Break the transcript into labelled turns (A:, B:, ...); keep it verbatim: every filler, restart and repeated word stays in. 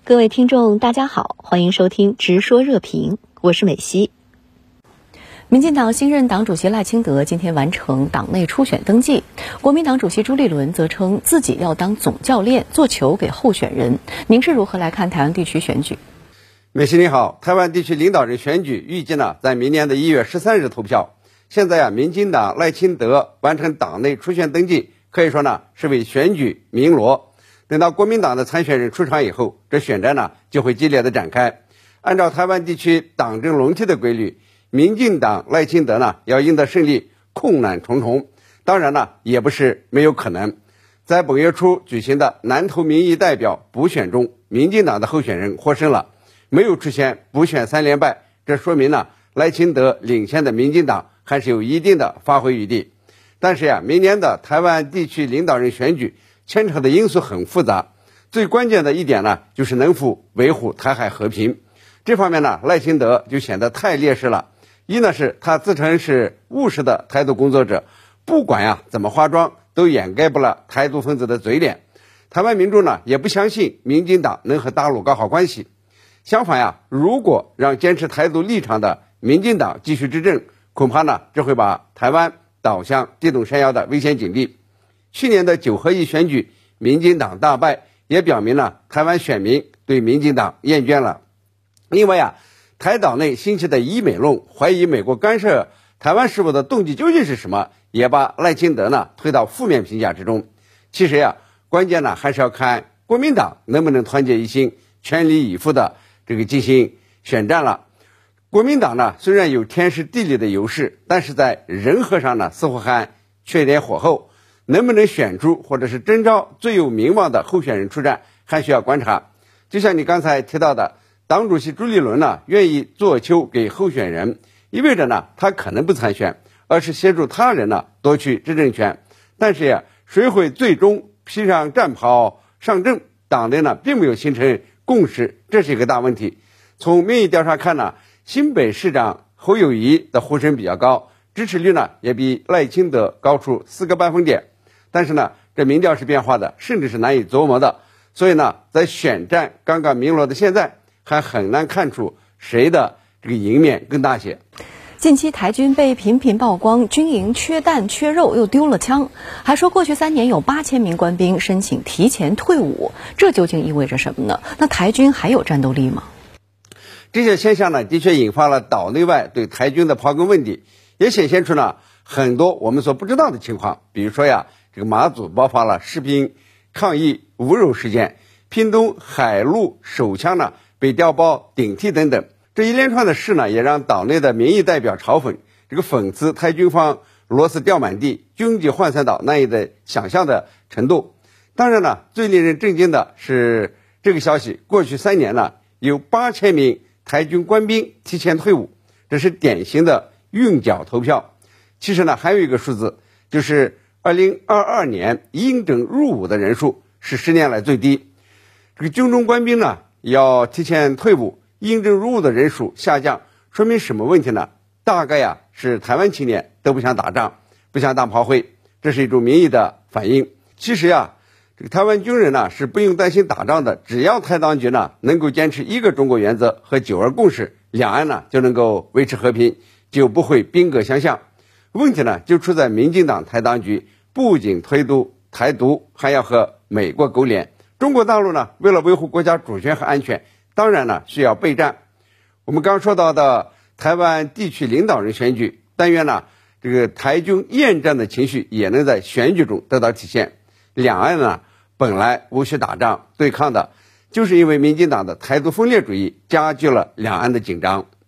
A: 各位听众大家好，欢迎收听直说热评，我是美西。民进党新任党主席赖清德今天完成党内初选登记，国民党主席朱立伦则称自己要当总教练，做球给候选人。您是如何来看台湾地区选举？
B: 美西你好，台湾地区领导人选举预计呢在明年的一月十三日投票。现在啊，民进党赖清德完成党内初选登记，可以说呢是为选举鸣锣。等到国民党的参选人出场以后，这选战呢就会激烈的展开。按照台湾地区党争轮替的规律，民进党赖清德呢要赢得胜利，困难重重。当然呢也不是没有可能。在本月初举行的南投民意代表补选中，民进党的候选人获胜了，没有出现补选三连败，这说明呢赖清德领先的民进党还是有一定的发挥余地。但是呀，明年的台湾地区领导人选举牵扯的因素很复杂，最关键的一点呢，就是能否维护台海和平。这方面呢，赖清德就显得太劣势了。一呢是他自称是务实的台独工作者，不管呀怎么化妆，都掩盖不了台独分子的嘴脸。台湾民众呢也不相信民进党能和大陆搞好关系。相反呀，如果让坚持台独立场的民进党继续执政，恐怕呢这会把台湾导向地动山摇的危险境地。去年的九合一选举，民进党大败，也表明了台湾选民对民进党厌倦了。另外啊，台岛内兴起的以美论，怀疑美国干涉台湾事务的动机究竟是什么，也把赖清德呢推到负面评价之中。其实呀，关键呢还是要看国民党能不能团结一心，全力以赴的这个进行选战了。国民党呢虽然有天时地利的优势，但是在人和上呢似乎还缺点火候。能不能选出或者是征召最有名望的候选人出战，还需要观察。就像你刚才提到的，党主席朱立伦呢愿意做球给候选人，意味着呢他可能不参选，而是协助他人呢夺取执政权。但是呀，谁会最终披上战袍上阵，党内呢并没有形成共识，这是一个大问题。从民意调查看呢，新北市长侯友宜的呼声比较高，支持率呢也比赖清德高出四个百分点。但是呢，这民调是变化的，甚至是难以琢磨的。所以呢，在选战刚刚鸣锣的现在，还很难看出谁的这个赢面更大些。
A: 近期台军被频频曝光军营缺弹缺肉，又丢了枪，还说过去三年有八千名官兵申请提前退伍，这究竟意味着什么呢？那台军还有战斗力吗？
B: 这些现象呢，的确引发了岛内外对台军的刨根问底，也显现出呢很多我们所不知道的情况。比如说呀，这个马祖爆发了士兵抗议侮辱事件，屏东海陆手枪呢被调包顶替等等，这一连串的事呢，也让岛内的民意代表嘲讽，这个讽刺台军方螺丝掉满地，军纪涣散到难以的想象的程度。当然呢，最令人震惊的是这个消息，过去三年呢，有八千名台军官兵提前退伍，这是典型的运脚投票。其实呢，还有一个数字，就是二零二二年应征入伍的人数是十年来最低。这个军中官兵呢要提前退伍，应征入伍的人数下降，说明什么问题呢？大概呀是台湾青年都不想打仗，不想当炮灰，这是一种民意的反应。其实呀，这个台湾军人呢是不用担心打仗的，只要台当局呢能够坚持一个中国原则和九二共识，两岸呢就能够维持和平，就不会兵戈相向。问题呢就出在民进党台当局不仅推动台独，还要和美国勾连。中国大陆呢为了维护国家主权和安全，当然呢需要备战。我们刚说到的台湾地区领导人选举，但愿呢这个台军厌战的情绪也能在选举中得到体现。两岸呢本来无需打仗对抗的，就是因为民进党的台独分裂主义加剧了两岸的紧张。